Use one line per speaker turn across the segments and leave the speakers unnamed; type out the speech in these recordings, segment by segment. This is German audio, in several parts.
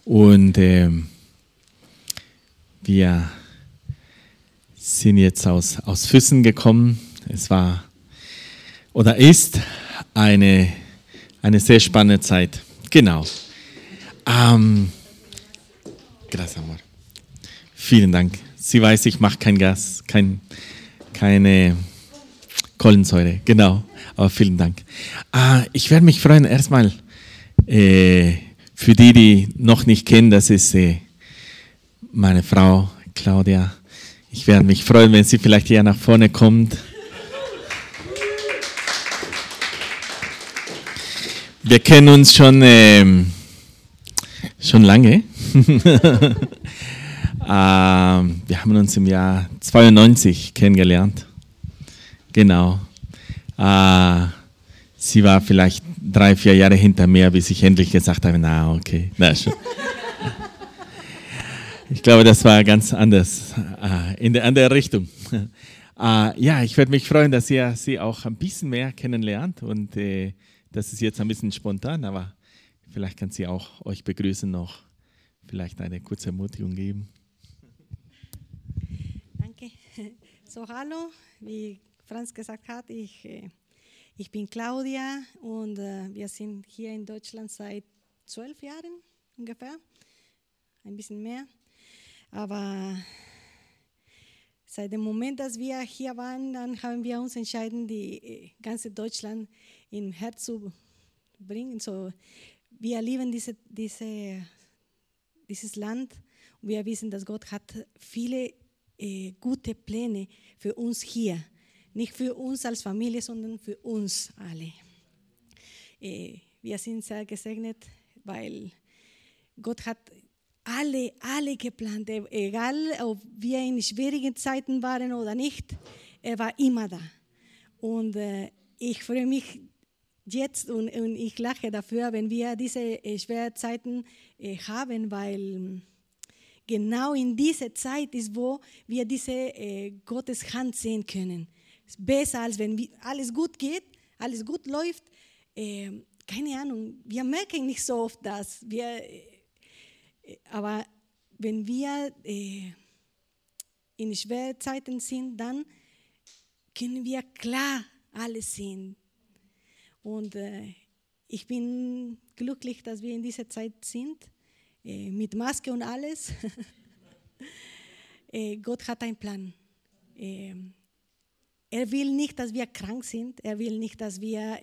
Und wir sind jetzt aus Füssen gekommen. Es war oder ist eine sehr spannende Zeit. Genau. Gracias, amor. Vielen Dank. Sie weiß, ich mache kein Gas, keine Kohlensäure. Genau. Aber vielen Dank. Ich werde mich freuen, erstmal für die noch nicht kennen, das ist meine Frau Claudia. Ich werde mich freuen, wenn sie vielleicht hier nach vorne kommt. Wir kennen uns schon lange. Wir haben uns im Jahr 92 kennengelernt. Genau. Sie war vielleicht 3-4 Jahre hinter mir, bis ich endlich gesagt habe, na okay. Na, schon. Ich glaube, das war ganz anders, in der anderen Richtung. Ja, ich würde mich freuen, dass ihr sie auch ein bisschen mehr kennenlernt und das ist jetzt ein bisschen spontan, aber vielleicht kann sie auch euch begrüßen noch, vielleicht eine kurze Ermutigung geben.
Danke. So, hallo, wie Franz gesagt hat, ich bin Claudia und wir sind hier in Deutschland seit 12 Jahren ungefähr, ein bisschen mehr. Aber seit dem Moment, dass wir hier waren, dann haben wir uns entschieden, die ganze Deutschland im Herz zu bringen. So, wir lieben dieses Land und wir wissen, dass Gott hat viele gute Pläne für uns hier. Nicht für uns als Familie, sondern für uns alle. Wir sind sehr gesegnet, weil Gott hat alle geplant, egal ob wir in schwierigen Zeiten waren oder nicht, er war immer da. Und ich freue mich jetzt und ich lache dafür, wenn wir diese schweren Zeiten haben, weil genau in dieser Zeit ist, wo wir diese Gottes Hand sehen können. Es ist besser, als wenn alles gut geht, alles gut läuft. Keine Ahnung, wir merken nicht so oft das. Aber wenn wir in schweren Zeiten sind, dann können wir klar alles sehen. Und ich bin glücklich, dass wir in dieser Zeit sind, mit Maske und alles. Gott hat einen Plan. Er will nicht, dass wir krank sind. Er will nicht, dass wir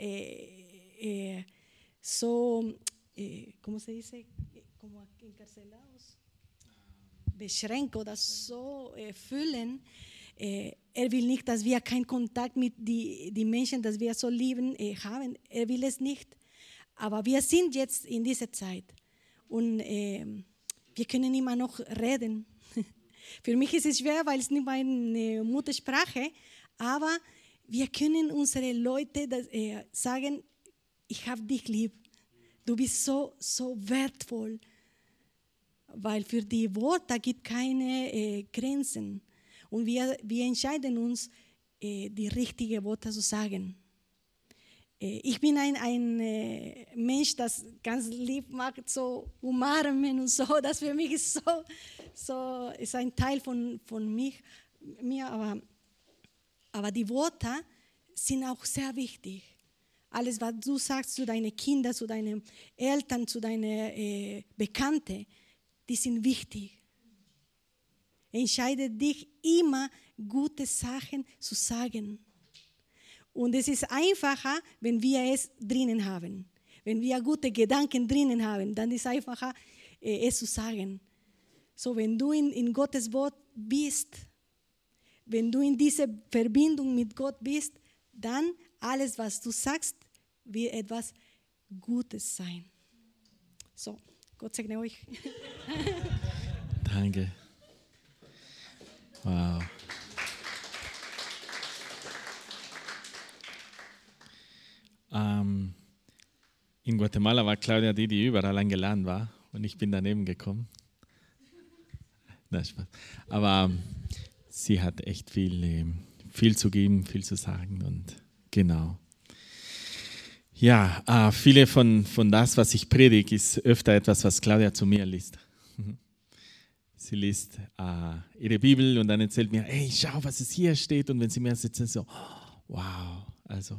so, ¿cómo se dice? Como encarcelados, beschränkt oder so fühlen. Er will nicht, dass wir keinen Kontakt mit den Menschen, dass wir so lieben, haben. Er will es nicht. Aber wir sind jetzt in dieser Zeit und wir können immer noch reden. Für mich ist es schwer, weil es nicht meine Muttersprache ist. Aber wir können unsere Leute sagen, ich habe dich lieb. Du bist so wertvoll. Weil für die Worte gibt es keine Grenzen. Und wir entscheiden uns, die richtigen Worte zu sagen. Ich bin ein Mensch, das ganz lieb macht, so umarmen und so. Das für mich ist so ist ein Teil von mir. Aber die Worte sind auch sehr wichtig. Alles, was du sagst zu deinen Kindern, zu deinen Eltern, zu deinen Bekannten, die sind wichtig. Entscheide dich immer, gute Sachen zu sagen. Und es ist einfacher, wenn wir es drinnen haben. Wenn wir gute Gedanken drinnen haben, dann ist es einfacher, es zu sagen. So, wenn du in Gottes Wort bist, wenn du in dieser Verbindung mit Gott bist, dann alles, was du sagst, wird etwas Gutes sein. So, Gott segne euch.
Danke. Wow. In Guatemala war Claudia die überall eingeladen war und ich bin daneben gekommen. Na, Spaß. Aber sie hat echt viel zu geben, viel zu sagen und genau. Ja, viele von das, was ich predige, ist öfter etwas, was Claudia zu mir liest. Sie liest ihre Bibel und dann erzählt mir, hey, schau, was es hier steht. Und wenn sie mir sitzt, so, wow. Also,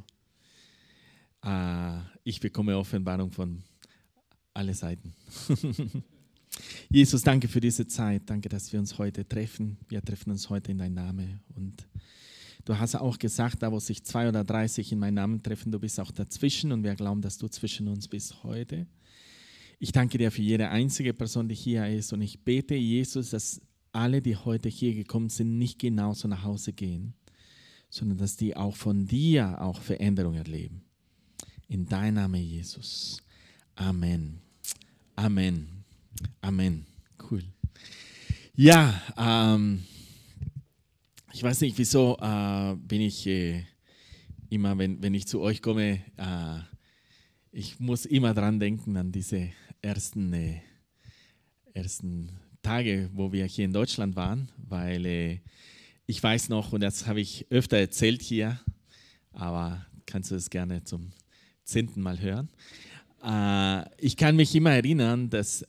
ich bekomme Offenbarung von allen Seiten. Jesus, danke für diese Zeit. Danke, dass wir uns heute treffen. Wir treffen uns heute in deinem Namen. Und du hast auch gesagt, da wo sich 2 oder 3 sich in meinem Namen treffen, du bist auch dazwischen. Und wir glauben, dass du zwischen uns bist heute. Ich danke dir für jede einzige Person, die hier ist. Und ich bete, Jesus, dass alle, die heute hier gekommen sind, nicht genauso nach Hause gehen, sondern dass die auch von dir auch Veränderung erleben. In deinem Namen, Jesus. Amen. Amen. Amen. Cool. Ja, ich weiß nicht, wieso bin ich immer, wenn ich zu euch komme, ich muss immer dran denken an diese ersten Tage, wo wir hier in Deutschland waren, weil ich weiß noch, und das habe ich öfter erzählt hier, aber kannst du es gerne zum 10. Mal hören. Ich kann mich immer erinnern, dass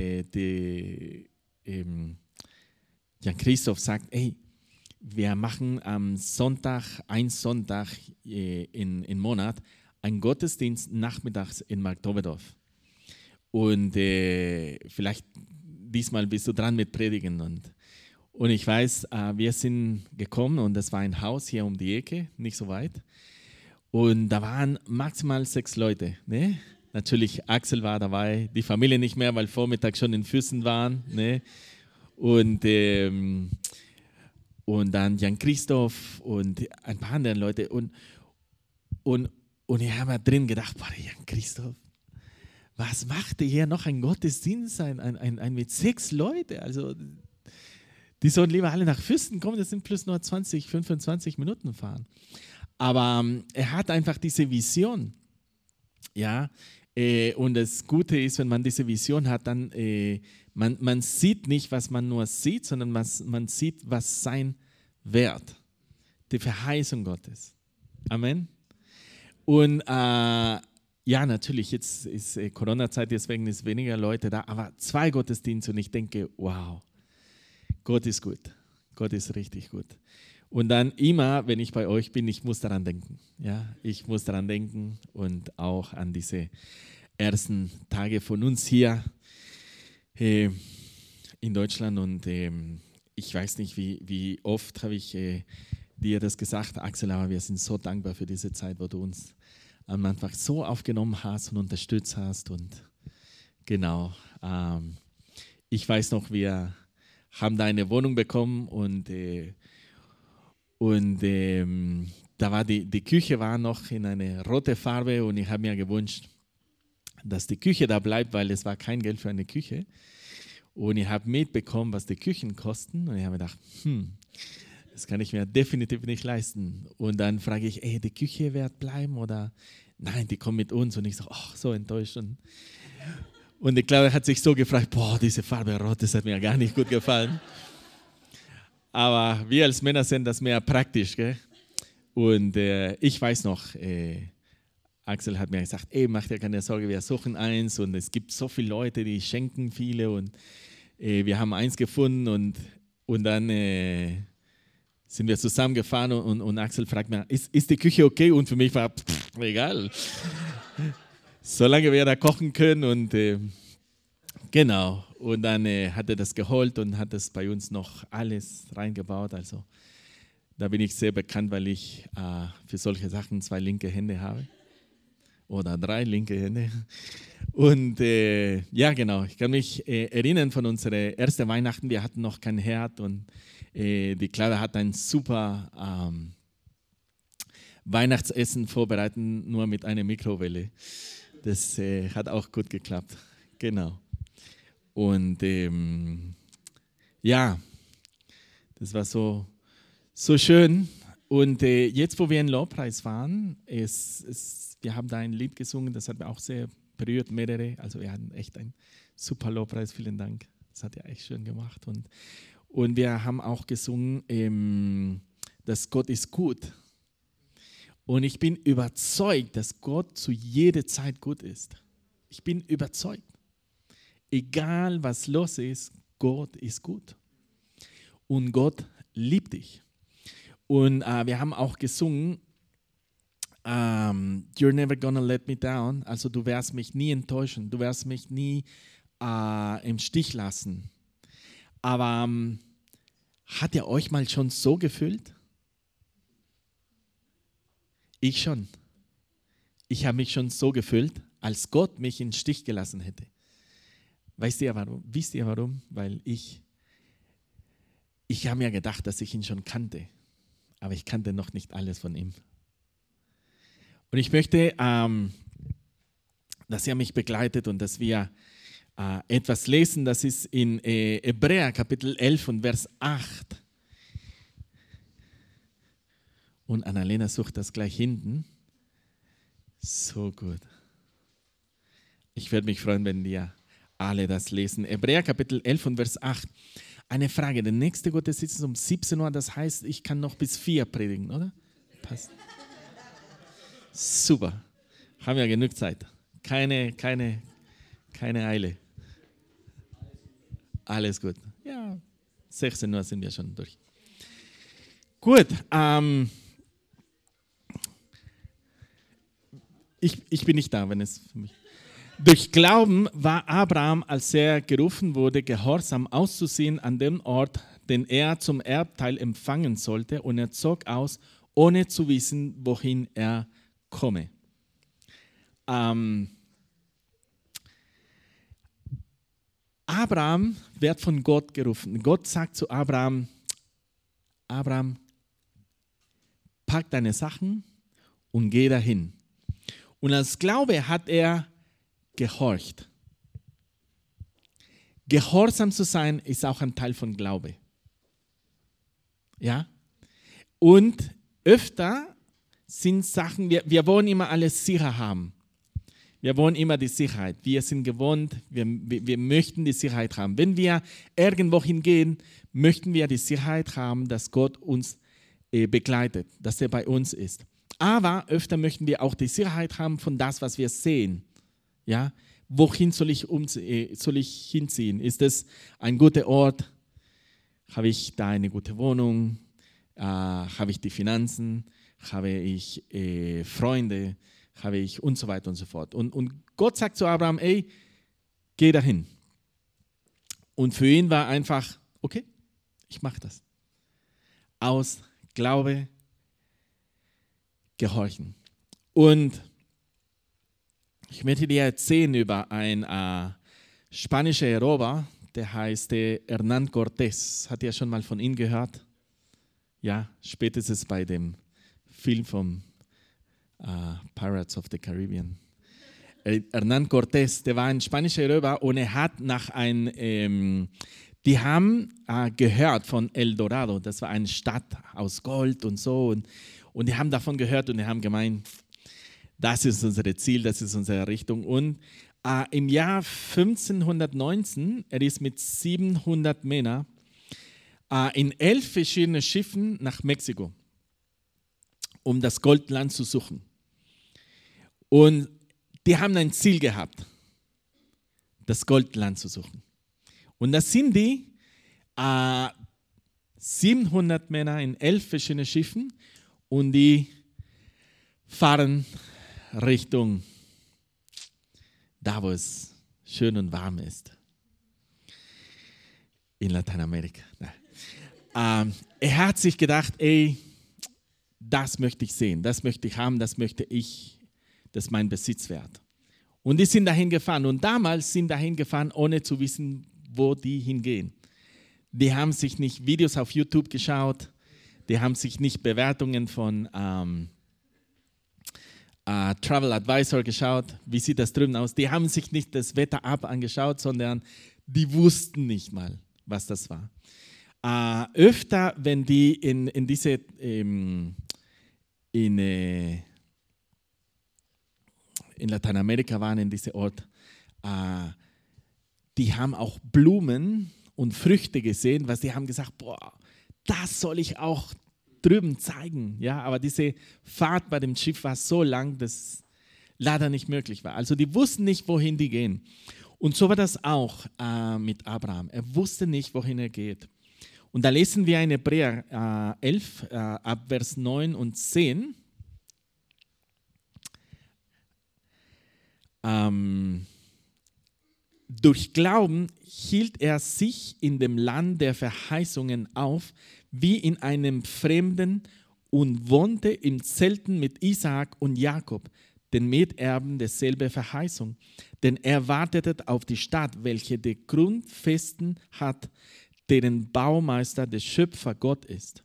Jan-Christoph sagt, hey, wir machen am Sonntag, ein Sonntag im Monat, einen Gottesdienst nachmittags in Marktoberdorf. Und vielleicht diesmal bist du dran mit Predigen. Und ich weiß, wir sind gekommen und das war ein Haus hier um die Ecke, nicht so weit. Und da waren maximal 6 Leute. Ne? Natürlich, Axel war dabei, die Familie nicht mehr, weil Vormittag schon in Füssen waren. Ne? Und dann Jan-Christoph und ein paar andere Leute. Und ich habe mir drin gedacht, boah, Jan-Christoph, was macht der hier noch ein Gottesdienst, ein mit 6 Leuten? Also, die sollen lieber alle nach Füssen kommen, das sind plus nur 20, 25 Minuten fahren. Aber er hat einfach diese Vision. Ja, und das Gute ist, wenn man diese Vision hat, dann man sieht nicht, was man nur sieht, sondern man sieht, was sein wird. Die Verheißung Gottes. Amen. Und ja, natürlich, jetzt ist Corona-Zeit, deswegen ist weniger Leute da, aber 2 Gottesdienste und ich denke, wow, Gott ist gut. Gott ist richtig gut. Und dann immer, wenn ich bei euch bin, ich muss daran denken. Ja, ich muss daran denken und auch an diese ersten Tage von uns hier in Deutschland. Und ich weiß nicht, wie oft habe ich dir das gesagt, Axel, aber wir sind so dankbar für diese Zeit, wo du uns am Anfang so aufgenommen hast und unterstützt hast. Und genau, ich weiß noch, wir haben da eine Wohnung bekommen und da war die Küche war noch in eine rote Farbe und ich habe mir gewünscht, dass die Küche da bleibt, weil es war kein Geld für eine Küche. Und ich habe mitbekommen, was die Küchen kosten und ich habe gedacht, das kann ich mir definitiv nicht leisten. Und dann frage ich, die Küche wird bleiben oder nein, die kommen mit uns. Und ich sage, so enttäuscht. Und ich glaube, er hat sich so gefragt, boah, diese Farbe rot, das hat mir gar nicht gut gefallen. Aber wir als Männer sind das mehr praktisch. Gell? Und ich weiß noch, Axel hat mir gesagt, mach dir keine Sorge, wir suchen eins. Und es gibt so viele Leute, die schenken viele. Und wir haben eins gefunden. Und dann sind wir zusammengefahren. Und Axel fragt mir, ist die Küche okay? Und für mich war, egal. Solange wir da kochen können. Und genau. Und dann hat er das geholt und hat das bei uns noch alles reingebaut. Also da bin ich sehr bekannt, weil ich für solche Sachen 2 linke Hände habe. Oder 3 linke Hände. Und ja, genau. Ich kann mich erinnern von unseren ersten Weihnachten. Wir hatten noch kein Herd und die Clara hat ein super Weihnachtsessen vorbereitet, nur mit einer Mikrowelle. Das hat auch gut geklappt. Genau. Und ja, das war so schön. Und jetzt, wo wir in Lobpreis waren, wir haben da ein Lied gesungen, das hat mir auch sehr berührt, mehrere. Also wir hatten echt einen super Lobpreis, vielen Dank. Das hat ja echt schön gemacht. Und wir haben auch gesungen, dass Gott ist gut. Und ich bin überzeugt, dass Gott zu jeder Zeit gut ist. Ich bin überzeugt. Egal was los ist, Gott ist gut. Und Gott liebt dich. Und wir haben auch gesungen, You're never gonna let me down. Also du wirst mich nie enttäuschen, du wirst mich nie im Stich lassen. Aber hat er euch mal schon so gefühlt? Ich schon. Ich habe mich schon so gefühlt, als Gott mich im Stich gelassen hätte. Wisst ihr warum? Weil ich habe mir gedacht, dass ich ihn schon kannte, aber ich kannte noch nicht alles von ihm. Und ich möchte, dass er mich begleitet und dass wir etwas lesen, das ist in Hebräer Kapitel 11 und Vers 8. Und Annalena sucht das gleich hinten. So gut. Ich werde mich freuen, wenn wir alle das lesen. Hebräer Kapitel 11 und Vers 8. Eine Frage, der nächste Gottesdienst ist um 17 Uhr, das heißt, ich kann noch bis 4 predigen, oder? Passt. Super. Haben wir genug Zeit. Keine Eile. Alles gut. Ja, 16 Uhr sind wir schon durch. Gut. Ich bin nicht da, wenn es für mich. Durch Glauben war Abraham, als er gerufen wurde, gehorsam auszusehen an dem Ort, den er zum Erbteil empfangen sollte, und er zog aus, ohne zu wissen, wohin er komme. Abraham wird von Gott gerufen. Gott sagt zu Abraham, Abraham, pack deine Sachen und geh dahin. Und als Glaube hat er gehorcht. Gehorsam zu sein ist auch ein Teil von Glaube. Ja? Und öfter sind Sachen, wir wollen immer alles sicher haben. Wir wollen immer die Sicherheit. Wir sind gewohnt, wir möchten die Sicherheit haben. Wenn wir irgendwo hingehen, möchten wir die Sicherheit haben, dass Gott uns begleitet, dass er bei uns ist. Aber öfter möchten wir auch die Sicherheit haben von das, was wir sehen. Ja? Wohin soll ich hinziehen? Ist es ein guter Ort? Habe ich da eine gute Wohnung? Habe ich die Finanzen? Habe ich Freunde? Habe ich und so weiter und so fort. Und Gott sagt zu Abraham, ey, geh dahin. Und für ihn war einfach, okay, ich mache das. Aus Glaube, Gehorchen. Und ich möchte dir erzählen über einen spanischen Eroberer, der heißt Hernán Cortés. Hat ihr schon mal von ihm gehört? Ja, spätestens bei dem Film vom Pirates of the Caribbean. Hernán Cortés, der war ein spanischer Eroberer und er hat die haben gehört von El Dorado, das war eine Stadt aus Gold und so. Und die haben davon gehört und die haben gemeint, das ist unser Ziel, das ist unsere Richtung. Und im Jahr 1519, er ist mit 700 Männern in 11 verschiedenen Schiffen nach Mexiko, um das Goldland zu suchen. Und die haben ein Ziel gehabt, das Goldland zu suchen. Und das sind die 700 Männer in 11 verschiedenen Schiffen und die fahren Richtung da, wo es schön und warm ist. In Lateinamerika. Er hat sich gedacht, ey, das möchte ich sehen, das möchte ich haben, das möchte ich, das ist mein Besitzwert. Und die sind dahin gefahren. Und damals sind dahin gefahren, ohne zu wissen, wo die hingehen. Die haben sich nicht Videos auf YouTube geschaut, die haben sich nicht Bewertungen von Travel Advisor geschaut, wie sieht das drüben aus. Die haben sich nicht das Wetter-App angeschaut, sondern die wussten nicht mal, was das war. Öfter, wenn die in Lateinamerika waren, in diesem Ort, die haben auch Blumen und Früchte gesehen, was die haben gesagt, boah, das soll ich auch drüben zeigen, ja, aber diese Fahrt bei dem Schiff war so lang, dass es leider nicht möglich war. Also die wussten nicht, wohin die gehen. Und so war das auch mit Abraham. Er wusste nicht, wohin er geht. Und da lesen wir in Hebräer 11, ab Vers 9 und 10. Durch Glauben hielt er sich in dem Land der Verheißungen auf, wie in einem Fremden, und wohnte im Zelten mit Isaak und Jakob, den Miterben derselben Verheißung. Denn er wartete auf die Stadt, welche die Grundfesten hat, deren Baumeister der Schöpfer Gott ist.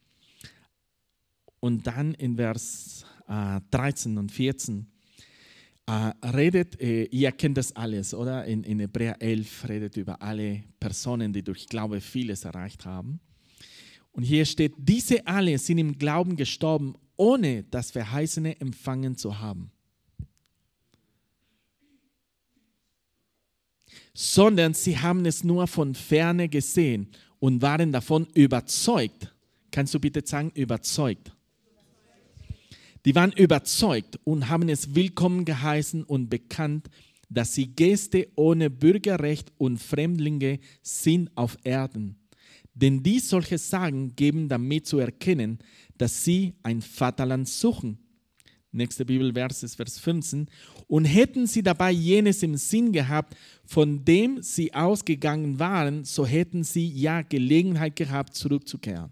Und dann in Vers 13 und 14 redet, ihr kennt das alles, oder? In Hebräer 11 redet über alle Personen, die durch Glaube vieles erreicht haben. Und hier steht, diese alle sind im Glauben gestorben, ohne das Verheißene empfangen zu haben. Sondern sie haben es nur von Ferne gesehen und waren davon überzeugt. Kannst du bitte sagen, überzeugt? Die waren überzeugt und haben es willkommen geheißen und bekannt, dass sie Gäste ohne Bürgerrecht und Fremdlinge sind auf Erden. Denn die solche Sagen geben damit zu erkennen, dass sie ein Vaterland suchen. Nächster Bibelvers ist Vers 15. Und hätten sie dabei jenes im Sinn gehabt, von dem sie ausgegangen waren, so hätten sie ja Gelegenheit gehabt, zurückzukehren.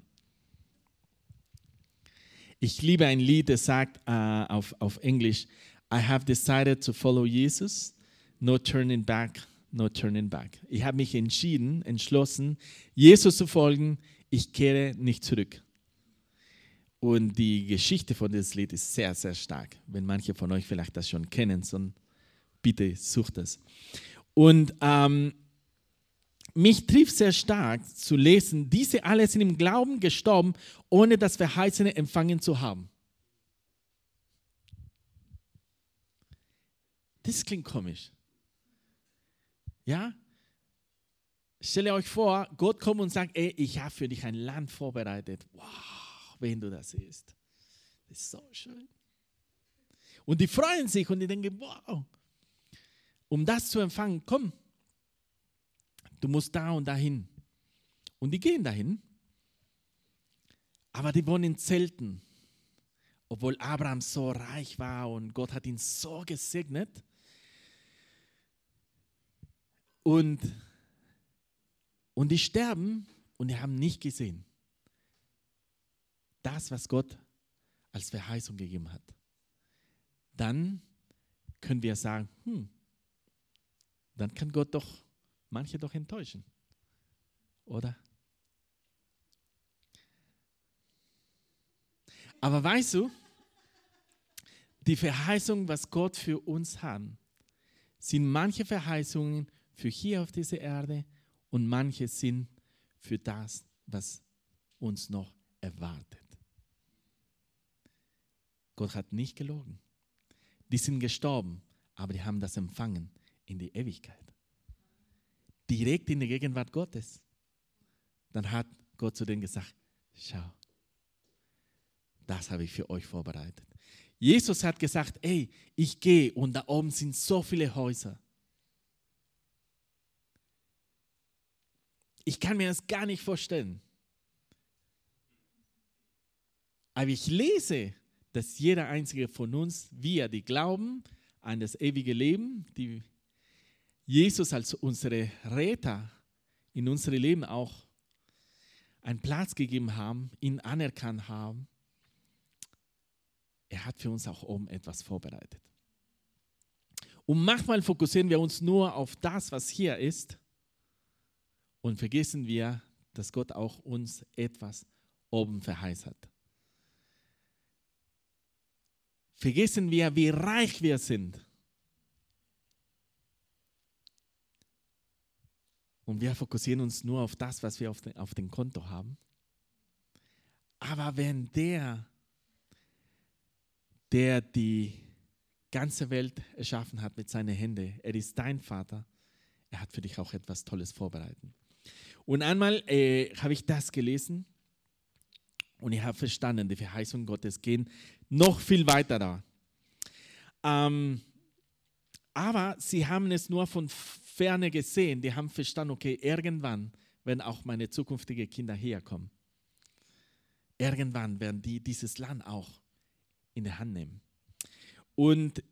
Ich liebe ein Lied, das sagt auf Englisch, I have decided to follow Jesus, no turning back, no turning back. Ich habe mich entschlossen, Jesus zu folgen, ich kehre nicht zurück. Und die Geschichte von diesem Lied ist sehr, sehr stark. Wenn manche von euch vielleicht das schon kennen, so bitte sucht das. Und mich trifft sehr stark zu lesen, diese alle sind im Glauben gestorben, ohne das Verheißene empfangen zu haben. Das klingt komisch. Ja? Stell euch vor, Gott kommt und sagt, ey, ich habe für dich ein Land vorbereitet. Wow, wenn du das siehst. Das ist so schön. Und die freuen sich und die denken, wow, um das zu empfangen, komm. Du musst da und dahin. Und die gehen dahin. Aber die wohnen in Zelten. Obwohl Abraham so reich war und Gott hat ihn so gesegnet. Und die sterben und die haben nicht gesehen. Das, was Gott als Verheißung gegeben hat. Dann können wir sagen, dann kann Gott doch manche doch enttäuschen. Oder? Aber weißt du, die Verheißung, was Gott für uns hat, sind manche Verheißungen für hier auf dieser Erde und manche sind für das, was uns noch erwartet. Gott hat nicht gelogen. Die sind gestorben, aber die haben das empfangen in die Ewigkeit. Direkt in der Gegenwart Gottes. Dann hat Gott zu denen gesagt, schau, das habe ich für euch vorbereitet. Jesus hat gesagt, ey, ich gehe und da oben sind so viele Häuser. Ich kann mir das gar nicht vorstellen. Aber ich lese, dass jeder einzige von uns, wir, die glauben an das ewige Leben, die Jesus als unsere Retter in unserem Leben auch einen Platz gegeben haben, ihn anerkannt haben, er hat für uns auch oben etwas vorbereitet. Und manchmal fokussieren wir uns nur auf das, was hier ist, und vergessen wir, dass Gott auch uns etwas oben verheißt hat. Vergessen wir, wie reich wir sind. Und wir fokussieren uns nur auf das, was wir auf dem Konto haben. Aber wenn der die ganze Welt erschaffen hat mit seinen Händen, er ist dein Vater, er hat für dich auch etwas Tolles vorbereitet. Und einmal habe ich das gelesen Und ich habe verstanden, die Verheißungen Gottes gehen noch viel weiter da. Aber sie haben es nur von Ferne gesehen. Die haben verstanden, okay, irgendwann werden auch meine zukünftigen Kinder herkommen. Irgendwann werden die dieses Land auch in der Hand nehmen. Und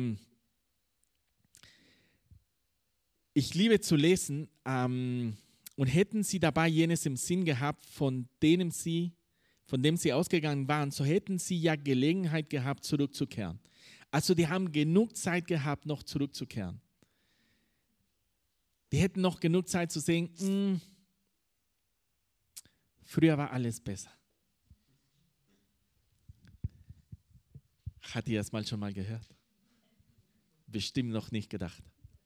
ich liebe zu lesen, und hätten sie dabei jenes im Sinn gehabt, von dem sie ausgegangen waren, so hätten sie ja Gelegenheit gehabt, zurückzukehren. Also die haben genug Zeit gehabt, noch zurückzukehren. Die hätten noch genug Zeit zu sehen, früher war alles besser. Hat ihr das mal schon mal gehört? Bestimmt noch nicht gedacht.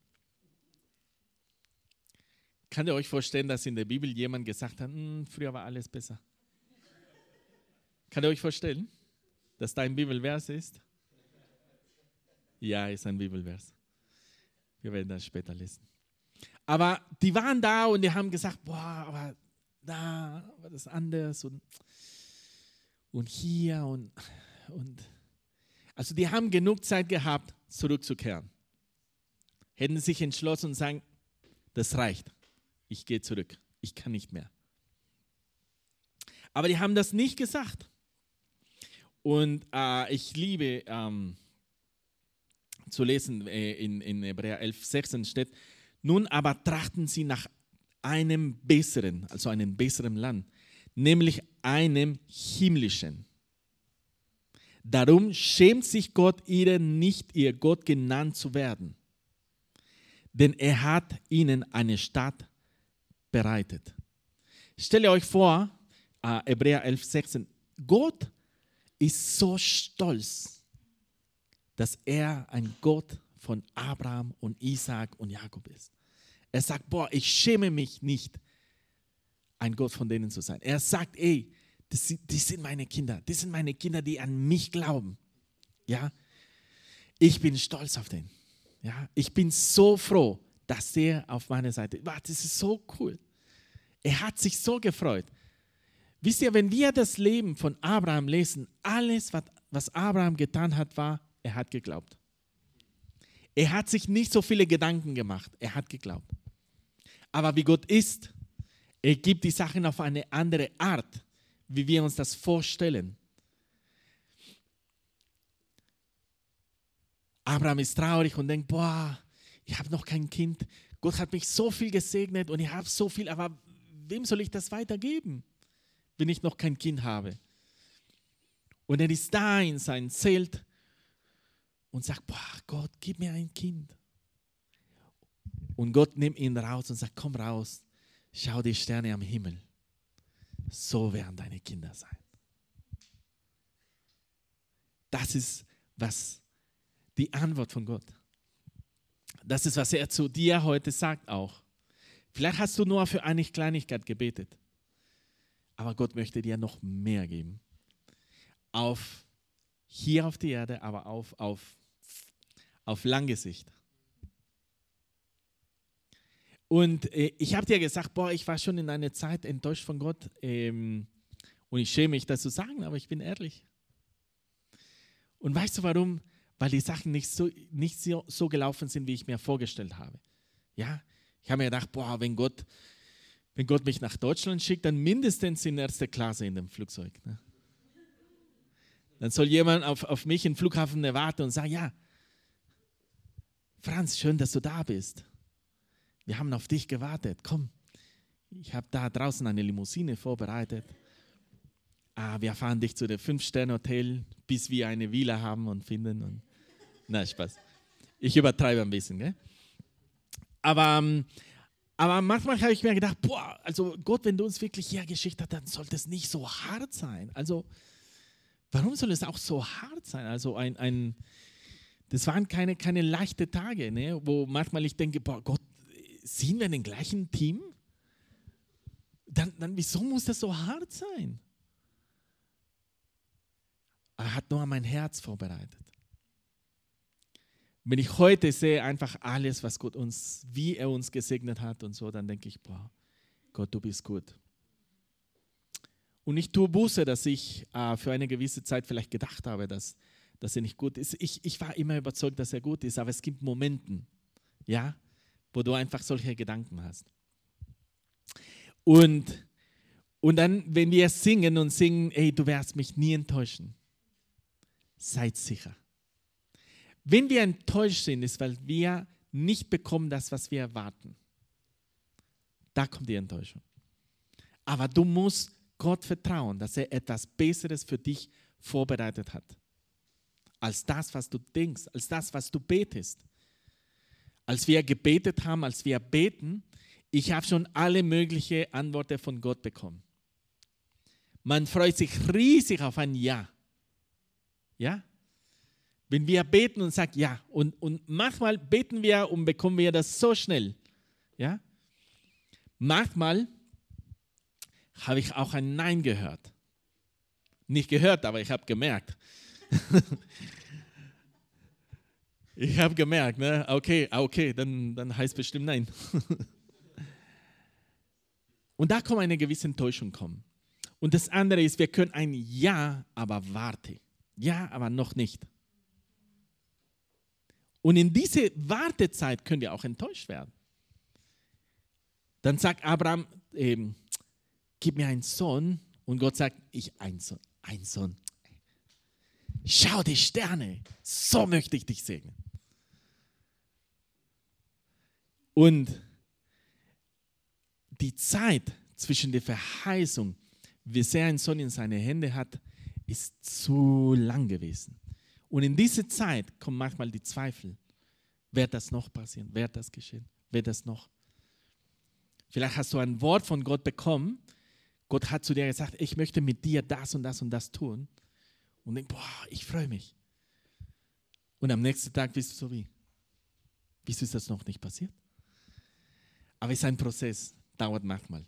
Könnt ihr euch vorstellen, dass in der Bibel jemand gesagt hat, früher war alles besser? Könnt ihr euch vorstellen, dass da ein Bibelvers ist? Ja, ist ein Bibelvers. Wir werden das später lesen. Aber die waren da und die haben gesagt, boah, aber da war das anders und hier und also die haben genug Zeit gehabt, zurückzukehren. Hätten sich entschlossen und sagen, das reicht, ich gehe zurück, ich kann nicht mehr. Aber die haben das nicht gesagt. Und ich liebe zu lesen, in Hebräer 11,16 steht, nun aber trachten sie nach einem besseren, also einem besseren Land, nämlich einem himmlischen. Darum schämt sich Gott ihnen nicht, ihr Gott genannt zu werden. Denn er hat ihnen eine Stadt bereitet. Stellt euch vor, Hebräer 11,16, Gott ist so stolz, dass er ein Gott von Abraham und Isaak und Jakob ist. Er sagt, boah, ich schäme mich nicht, ein Gott von denen zu sein. Er sagt, ey, die sind meine Kinder. Das sind meine Kinder, die an mich glauben. Ja, ich bin stolz auf den. Ja, ich bin so froh, dass er auf meiner Seite ist. Das ist so cool. Er hat sich so gefreut. Wisst ihr, wenn wir das Leben von Abraham lesen, alles, was Abraham getan hat, war, er hat geglaubt. Er hat sich nicht so viele Gedanken gemacht. Er hat geglaubt. Aber wie Gott ist, er gibt die Sachen auf eine andere Art, wie wir uns das vorstellen. Abraham ist traurig und denkt, boah, ich habe noch kein Kind. Gott hat mich so viel gesegnet und ich habe so viel, aber wem soll ich das weitergeben, wenn ich noch kein Kind habe? Und er ist da in sein Zelt und sagt, boah, Gott, gib mir ein Kind. Und Gott nimmt ihn raus und sagt, komm raus, schau die Sterne am Himmel. So werden deine Kinder sein. Das ist die Antwort von Gott. Das ist, was er zu dir heute sagt auch. Vielleicht hast du nur für eine Kleinigkeit gebetet. Aber Gott möchte dir noch mehr geben. Hier auf die Erde, aber auf lange Sicht. Und ich habe dir gesagt, boah, ich war schon in einer Zeit enttäuscht von Gott. Und ich schäme mich, das zu sagen, aber ich bin ehrlich. Und weißt du warum? Weil die Sachen nicht so gelaufen sind, wie ich mir vorgestellt habe. Ja, ich habe mir gedacht, boah, wenn Gott mich nach Deutschland schickt, dann mindestens in erster Klasse in dem Flugzeug. Ne? Dann soll jemand auf mich im Flughafen erwarten und sagen, ja, Franz, schön, dass du da bist. Wir haben auf dich gewartet. Komm, ich habe da draußen eine Limousine vorbereitet. Wir fahren dich zu dem 5-Sterne-Hotel, bis wir eine Villa haben und finden. Na, Spaß. Ich übertreibe ein bisschen. Gell? Aber manchmal habe ich mir gedacht, boah, also Gott, wenn du uns wirklich hier geschickt hast, dann sollte es nicht so hart sein. Also, warum soll es auch so hart sein? Also, das waren keine leichten Tage, ne? Wo manchmal ich denke, boah, Gott, sind wir in dem gleichen Team? Dann wieso muss das so hart sein? Er hat nur mein Herz vorbereitet. Wenn ich heute sehe, einfach alles, was Gott wie er uns gesegnet hat und so, dann denke ich, boah, Gott, du bist gut. Und ich tue Buße, dass ich für eine gewisse Zeit vielleicht gedacht habe, dass er nicht gut ist. Ich war immer überzeugt, dass er gut ist, aber es gibt Momente, ja, wo du einfach solche Gedanken hast. Und dann, wenn wir singen und singen, ey, du wirst mich nie enttäuschen, seid sicher. Wenn wir enttäuscht sind, ist, weil wir nicht bekommen das, was wir erwarten. Da kommt die Enttäuschung. Aber du musst Gott vertrauen, dass er etwas Besseres für dich vorbereitet hat. Als das, was du denkst, als das, was du betest. Als wir gebetet haben, als wir beten, ich habe schon alle möglichen Antworten von Gott bekommen. Man freut sich riesig auf ein Ja. Ja? Wenn wir beten und sagen Ja. Und manchmal beten wir und bekommen wir das so schnell. Ja? Manchmal habe ich auch ein Nein gehört. Nicht gehört, aber ich habe gemerkt. Ich habe gemerkt, ne? Okay, dann heißt bestimmt Nein. Und da kann eine gewisse Enttäuschung kommen. Und das andere ist, wir können ein Ja, aber warte. Ja, aber noch nicht. Und in diese Wartezeit können wir auch enttäuscht werden. Dann sagt Abraham, gib mir einen Sohn. Und Gott sagt, ein Sohn. Schau die Sterne, so möchte ich dich segnen. Und die Zeit zwischen der Verheißung, bis er einen Sohn in seine Hände hat, ist zu lang gewesen. Und in diese Zeit kommen manchmal die Zweifel. Wird das noch passieren? Wird das geschehen? Wird das noch? Vielleicht hast du ein Wort von Gott bekommen. Gott hat zu dir gesagt, ich möchte mit dir das und das und das tun. Und denkst, ich freue mich. Und am nächsten Tag bist du so wie, wieso ist das noch nicht passiert? Aber es ist ein Prozess, dauert manchmal.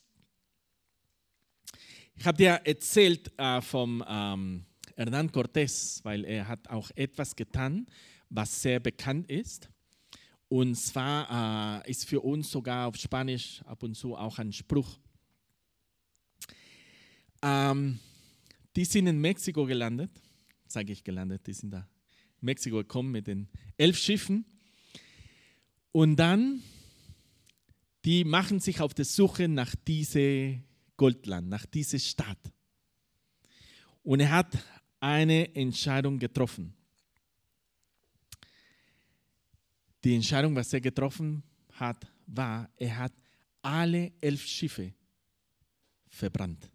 Ich habe dir erzählt vom Hernán Cortés, weil er hat auch etwas getan, was sehr bekannt ist. Und zwar ist für uns sogar auf Spanisch ab und zu auch ein Spruch. Die sind in Mexiko gelandet, die sind da in Mexiko gekommen mit den 11 Schiffen. Und dann, die machen sich auf die Suche nach diesem Goldland, nach dieser Stadt. Und er hat eine Entscheidung getroffen. Die Entscheidung, was er getroffen hat, war, er hat alle 11 Schiffe verbrannt.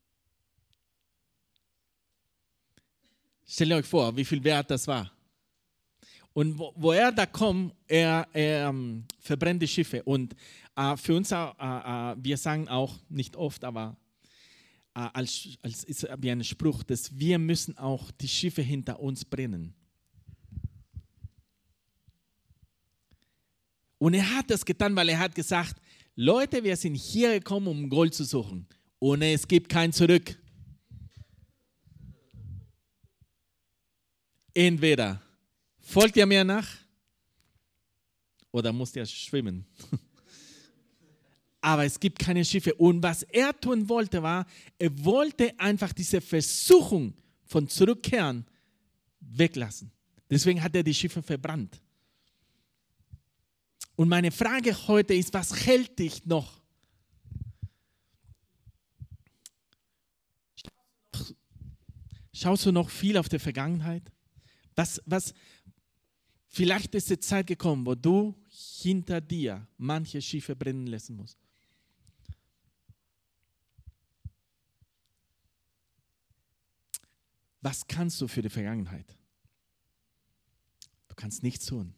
Stellt euch vor, wie viel wert das war. Und wo er da kommt, er verbrennt die Schiffe. Und für uns, wir sagen auch nicht oft, aber als ist wie ein Spruch, dass wir müssen auch die Schiffe hinter uns brennen. Und er hat das getan, weil er hat gesagt, Leute, wir sind hier gekommen, um Gold zu suchen. Und es gibt kein Zurück. Entweder folgt ihr mir nach oder müsst ihr schwimmen. Aber es gibt keine Schiffe. Und was er tun wollte, war, er wollte einfach diese Versuchung von Zurückkehren weglassen. Deswegen hat er die Schiffe verbrannt. Und meine Frage heute ist, was hält dich noch? Schaust du noch viel auf die Vergangenheit? Vielleicht ist die Zeit gekommen, wo du hinter dir manche Schiffe brennen lassen musst. Was kannst du für die Vergangenheit? Du kannst nichts tun.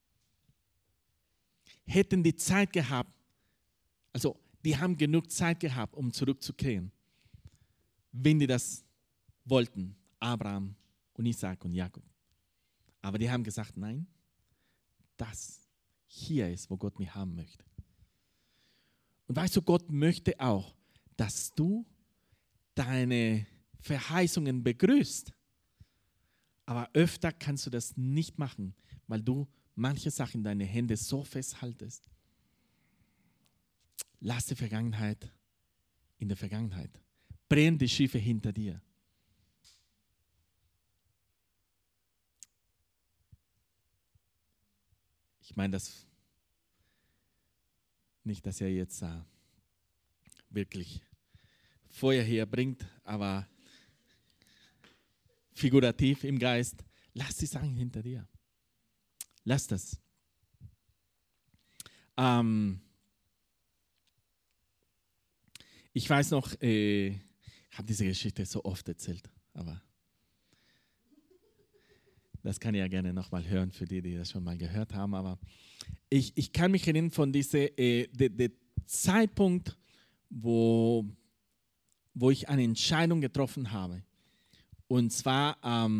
Hätten die Zeit gehabt, also die haben genug Zeit gehabt, um zurückzukehren, wenn die das wollten, Abraham und Isaac und Jakob. Aber die haben gesagt, nein, das hier ist, wo Gott mich haben möchte. Und weißt du, Gott möchte auch, dass du deine Verheißungen begrüßt. Aber öfter kannst du das nicht machen, weil du manche Sachen in deine Hände so festhaltest. Lass die Vergangenheit in der Vergangenheit. brennen die Schiffe hinter dir. Ich meine das nicht, dass er jetzt wirklich Feuer herbringt, aber figurativ im Geist, lass die Sachen hinter dir. Lass das. Ich weiß noch, ich habe diese Geschichte so oft erzählt, aber das kann ich ja gerne nochmal hören für die, die das schon mal gehört haben. Aber ich kann mich erinnern von diesem der Zeitpunkt, wo ich eine Entscheidung getroffen habe. Und zwar,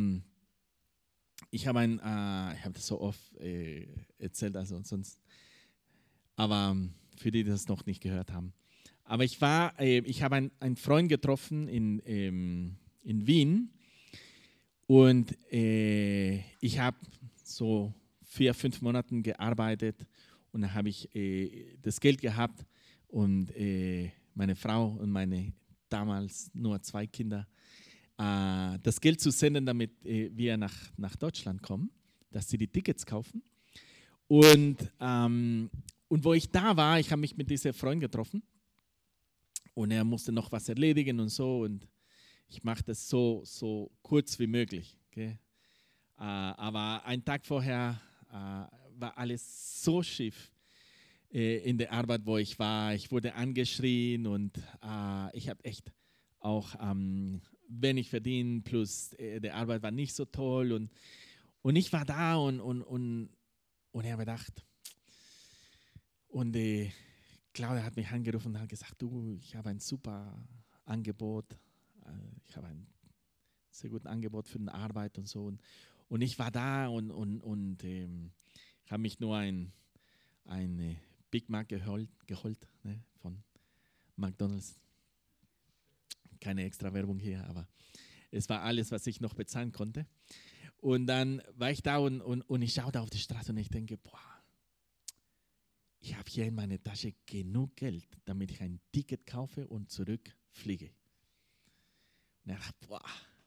ich habe das so oft erzählt, also sonst, aber für die, die das noch nicht gehört haben. Aber ich habe einen Freund getroffen in Wien und ich habe so 4-5 Monate gearbeitet und dann habe ich das Geld gehabt und meine Frau und meine damals nur 2 Kinder das Geld zu senden, damit wir nach Deutschland kommen, dass sie die Tickets kaufen. Und wo ich da war, ich habe mich mit diesem Freund getroffen und er musste noch was erledigen und so und ich mache das so kurz wie möglich. Okay? Aber einen Tag vorher war alles so schief in der Arbeit, wo ich war. Ich wurde angeschrien und ich habe echt auch wenig verdient, plus die Arbeit war nicht so toll und ich war da und ich habe gedacht, und Claudia hat mich angerufen und hat gesagt, du, ich habe ein super Angebot, ich habe ein sehr gutes Angebot für eine Arbeit und so und ich war da und habe mich nur ein Big Mac geholt ne, von McDonald's. Keine extra Werbung hier, aber es war alles, was ich noch bezahlen konnte. Und dann war ich da und ich schaue da auf die Straße und ich denke, boah, ich habe hier in meiner Tasche genug Geld, damit ich ein Ticket kaufe und zurückfliege. Und ich dachte, boah,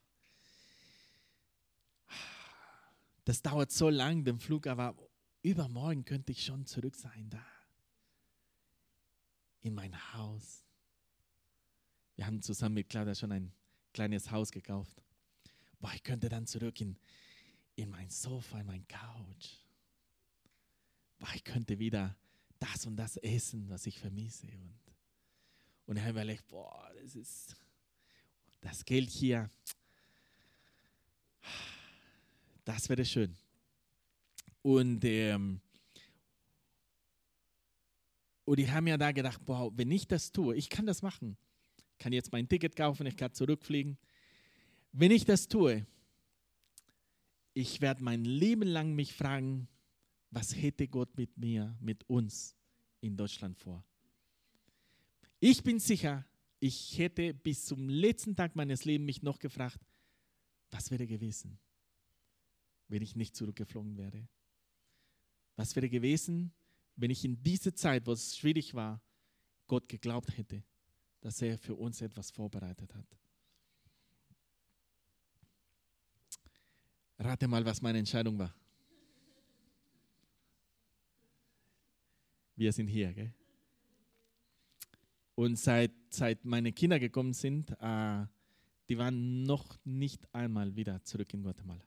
das dauert so lang, den Flug, aber übermorgen könnte ich schon zurück sein da. In mein Haus. Wir haben zusammen mit Claudia schon ein kleines Haus gekauft. Boah, ich könnte dann zurück in mein Sofa, in mein Couch. Boah, ich könnte wieder das und das essen, was ich vermisse. Und ich habe überlegt, boah, das Geld hier, das wäre schön. Und ich habe mir da gedacht, boah, wenn ich das tue, ich kann das machen. Ich kann jetzt mein Ticket kaufen, ich kann zurückfliegen. Wenn ich das tue, ich werde mein Leben lang mich fragen, was hätte Gott mit mir, mit uns in Deutschland vor? Ich bin sicher, ich hätte bis zum letzten Tag meines Lebens mich noch gefragt, was wäre gewesen, wenn ich nicht zurückgeflogen wäre? Was wäre gewesen, wenn ich in dieser Zeit, wo es schwierig war, Gott geglaubt hätte, dass er für uns etwas vorbereitet hat? Rate mal, was meine Entscheidung war. Wir sind hier, gell? Und seit meine Kinder gekommen sind, die waren noch nicht einmal wieder zurück in Guatemala.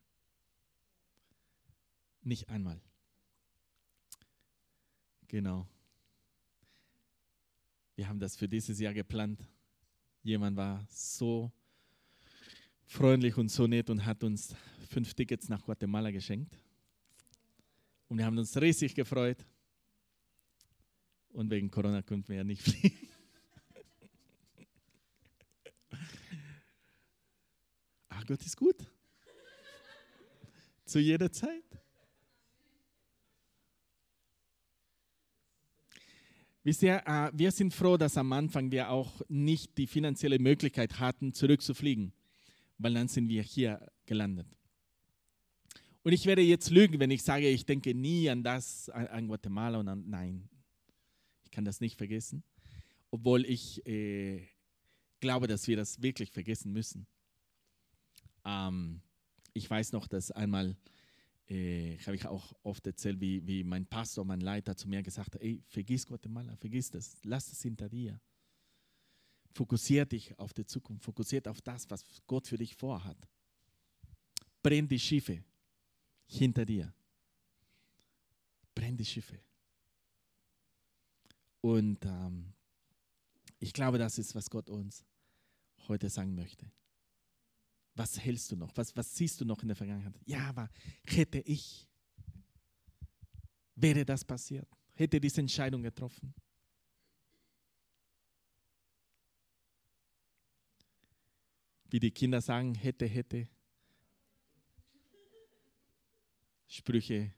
Nicht einmal. Genau. Wir haben das für dieses Jahr geplant. Jemand war so freundlich und so nett und hat uns 5 Tickets nach Guatemala geschenkt. Und wir haben uns riesig gefreut. Und wegen Corona konnten wir ja nicht fliegen. Aber Gott ist gut. Zu jeder Zeit. Wisst ihr, wir sind froh, dass am Anfang wir auch nicht die finanzielle Möglichkeit hatten, zurückzufliegen, weil dann sind wir hier gelandet. Und ich werde jetzt lügen, wenn ich sage, ich denke nie an das, an Guatemala nein, ich kann das nicht vergessen, obwohl ich glaube, dass wir das wirklich vergessen müssen. Ich weiß noch, dass einmal, habe ich auch oft erzählt, wie mein Pastor, mein Leiter zu mir gesagt hat, ey, vergiss Guatemala, vergiss das, lass es hinter dir. Fokussier dich auf die Zukunft, fokussiert auf das, was Gott für dich vorhat. Brenn die Schiffe hinter dir. Brenn die Schiffe. Und ich glaube, das ist, was Gott uns heute sagen möchte. Was hältst du noch? Was siehst du noch in der Vergangenheit? Ja, aber hätte ich, wäre das passiert? Hätte diese Entscheidung getroffen? Wie die Kinder sagen, hätte. Sprüche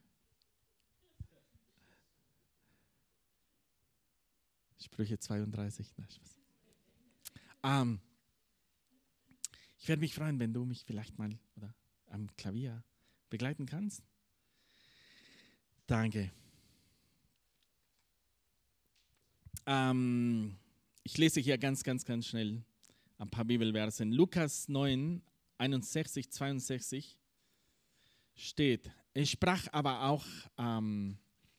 32. Ich werde mich freuen, wenn du mich vielleicht mal oder am Klavier begleiten kannst. Danke. Ich lese hier ganz schnell ein paar Bibelverse. In Lukas 9, 61, 62 steht, es sprach aber auch ein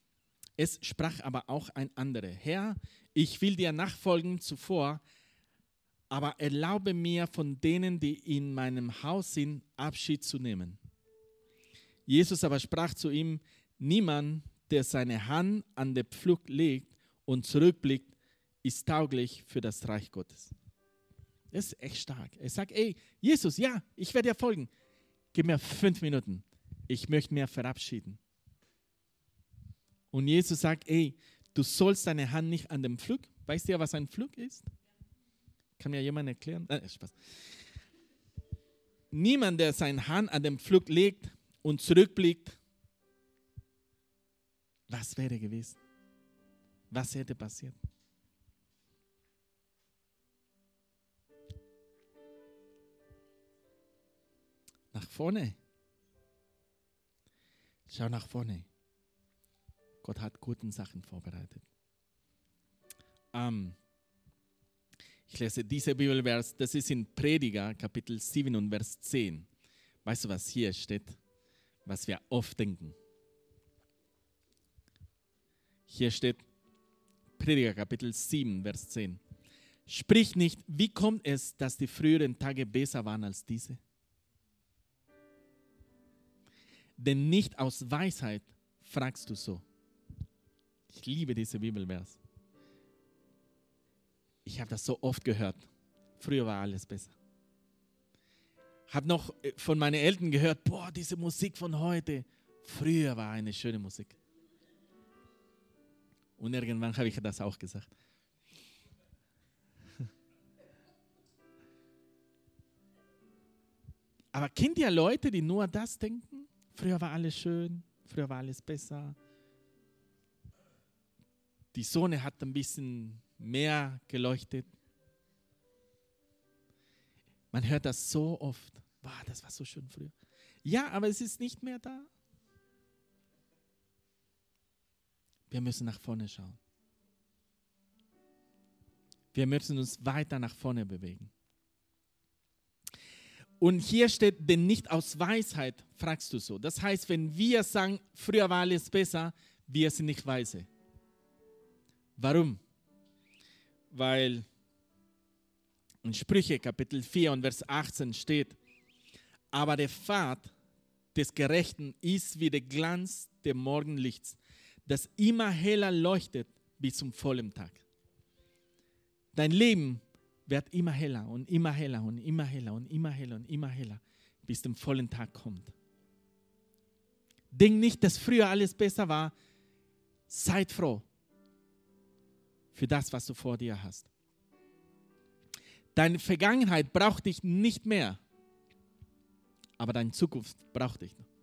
anderer, Herr, ich will dir nachfolgen zuvor, aber erlaube mir von denen, die in meinem Haus sind, Abschied zu nehmen. Jesus aber sprach zu ihm, niemand, der seine Hand an den Pflug legt und zurückblickt, ist tauglich für das Reich Gottes. Das ist echt stark. Er sagt, ey, Jesus, ja, ich werde dir folgen. Gib mir 5 Minuten. Ich möchte mich verabschieden. Und Jesus sagt, ey, du sollst deine Hand nicht an dem Pflug. Weißt du ja, was ein Pflug ist? Kann mir jemand erklären? Spaß. Niemand, der seine Hand an den Pflug legt und zurückblickt, was wäre gewesen? Was hätte passiert? Nach vorne. Schau nach vorne. Gott hat gute Sachen vorbereitet. Ich lese diese Bibelvers, das ist in Prediger, Kapitel 7 und Vers 10. Weißt du, was hier steht? Was wir oft denken. Hier steht Prediger, Kapitel 7, Vers 10. Sprich nicht, wie kommt es, dass die früheren Tage besser waren als diese? Denn nicht aus Weisheit fragst du so. Ich liebe diese Bibelvers. Ich habe das so oft gehört. Früher war alles besser. Habe noch von meinen Eltern gehört, boah, diese Musik von heute. Früher war eine schöne Musik. Und irgendwann habe ich das auch gesagt. Aber kennt ihr Leute, die nur das denken? Früher war alles schön, früher war alles besser. Die Sonne hat ein bisschen mehr geleuchtet. Man hört das so oft. Wow, das war so schön früher. Ja, aber es ist nicht mehr da. Wir müssen nach vorne schauen. Wir müssen uns weiter nach vorne bewegen. Und hier steht, denn nicht aus Weisheit fragst du so. Das heißt, wenn wir sagen, früher war alles besser, wir sind nicht weise. Warum? Weil in Sprüche Kapitel 4 und Vers 18 steht, aber der Pfad des Gerechten ist wie der Glanz des Morgenlichts, das immer heller leuchtet bis zum vollen Tag. Dein Leben wird immer heller und immer heller und immer heller und immer heller und immer heller, bis zum vollen Tag kommt. Denk nicht, dass früher alles besser war. Seid froh für das, was du vor dir hast. Deine Vergangenheit braucht dich nicht mehr, aber deine Zukunft braucht dich noch.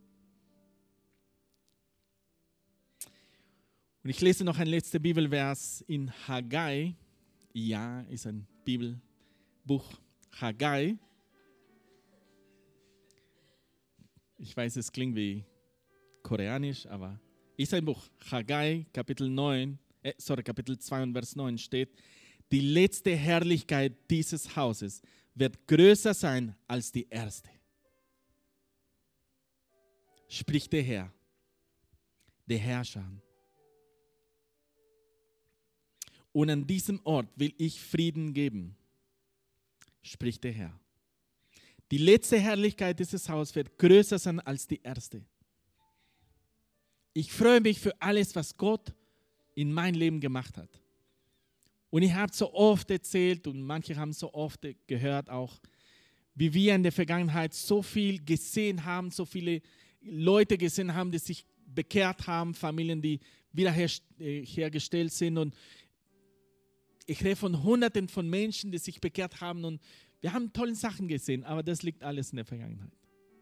Und ich lese noch ein letzter Bibelvers in Haggai. Ja, ist ein Bibelbuch. Haggai. Ich weiß, es klingt wie koreanisch, aber ist ein Buch. Haggai, Kapitel 2 und Vers 9 steht, Die letzte Herrlichkeit dieses Hauses wird größer sein als die erste. Spricht der Herr, der Herrscher. Und an diesem Ort will ich Frieden geben, spricht der Herr. Die letzte Herrlichkeit dieses Hauses wird größer sein als die erste. Ich freue mich für alles, was Gott in mein Leben gemacht hat. Und ich habe so oft erzählt und manche haben so oft gehört auch, wie wir in der Vergangenheit so viel gesehen haben, so viele Leute gesehen haben, die sich bekehrt haben, Familien, die wiederhergestellt sind. Und ich rede von Hunderten von Menschen, die sich bekehrt haben. Und wir haben tolle Sachen gesehen, aber das liegt alles in der Vergangenheit.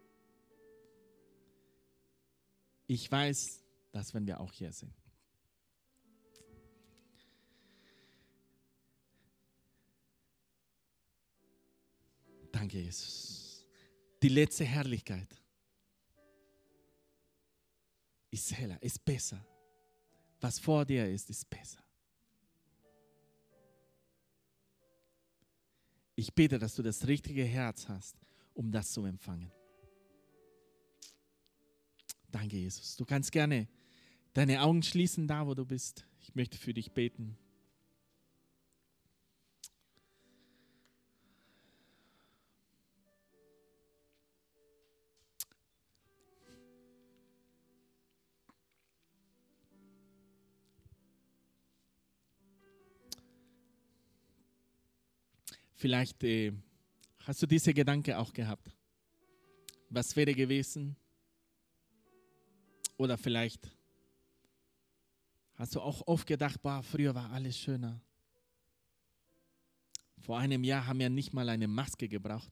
Ich weiß, dass wenn wir auch hier sind. Danke, Jesus. Die letzte Herrlichkeit ist heller, ist besser. Was vor dir ist besser. Ich bete, dass du das richtige Herz hast, um das zu empfangen. Danke, Jesus. Du kannst gerne deine Augen schließen, da wo du bist. Ich möchte für dich beten. Vielleicht hast du diese Gedanke auch gehabt. Was wäre gewesen? Oder vielleicht hast du auch oft gedacht, boah, früher war alles schöner. Vor einem Jahr haben wir nicht mal eine Maske gebraucht.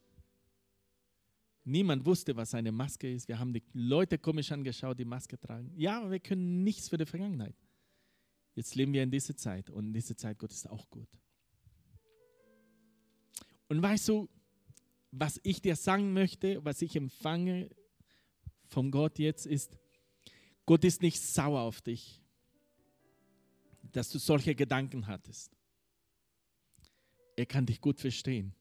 Niemand wusste, was eine Maske ist. Wir haben die Leute komisch angeschaut, die Maske tragen. Ja, aber wir können nichts für die Vergangenheit. Jetzt leben wir in dieser Zeit und in dieser Zeit Gott ist auch gut. Und weißt du, was ich dir sagen möchte, was ich empfange von Gott jetzt ist, Gott ist nicht sauer auf dich, dass du solche Gedanken hattest. Er kann dich gut verstehen.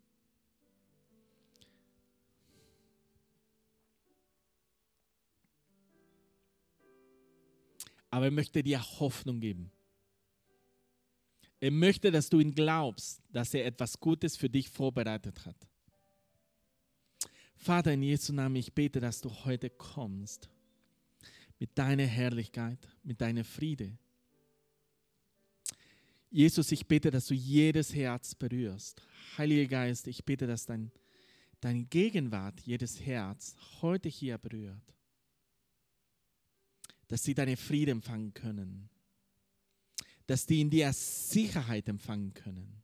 Aber er möchte dir Hoffnung geben. Er möchte, dass du ihn glaubst, dass er etwas Gutes für dich vorbereitet hat. Vater, in Jesu Namen, ich bete, dass du heute kommst mit deiner Herrlichkeit, mit deiner Friede. Jesus, ich bete, dass du jedes Herz berührst. Heiliger Geist, ich bete, dass deine Gegenwart jedes Herz heute hier berührt. Dass sie deine Friede empfangen können. Dass die in dir Sicherheit empfangen können.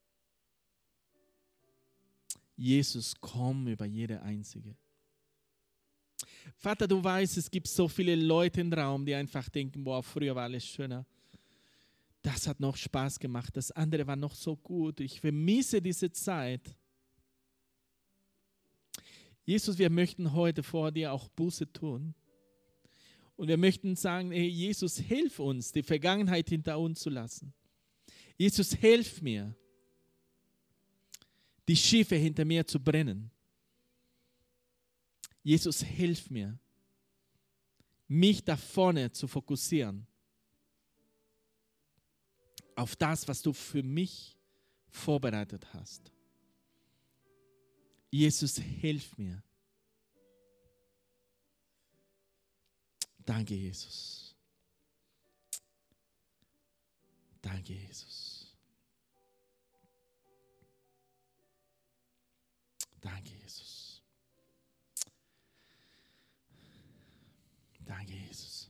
Jesus, komm über jede einzige. Vater, du weißt, es gibt so viele Leute im Raum, die einfach denken, boah, früher war alles schöner. Das hat noch Spaß gemacht, das andere war noch so gut. Ich vermisse diese Zeit. Jesus, wir möchten heute vor dir auch Buße tun. Und wir möchten sagen, hey, Jesus, hilf uns, die Vergangenheit hinter uns zu lassen. Jesus, hilf mir, die Schiffe hinter mir zu brennen. Jesus, hilf mir, mich da vorne zu fokussieren. Auf das, was du für mich vorbereitet hast. Jesus, hilf mir. Danke, Jesus. Danke, Jesus. Danke, Jesus. Danke, Jesus.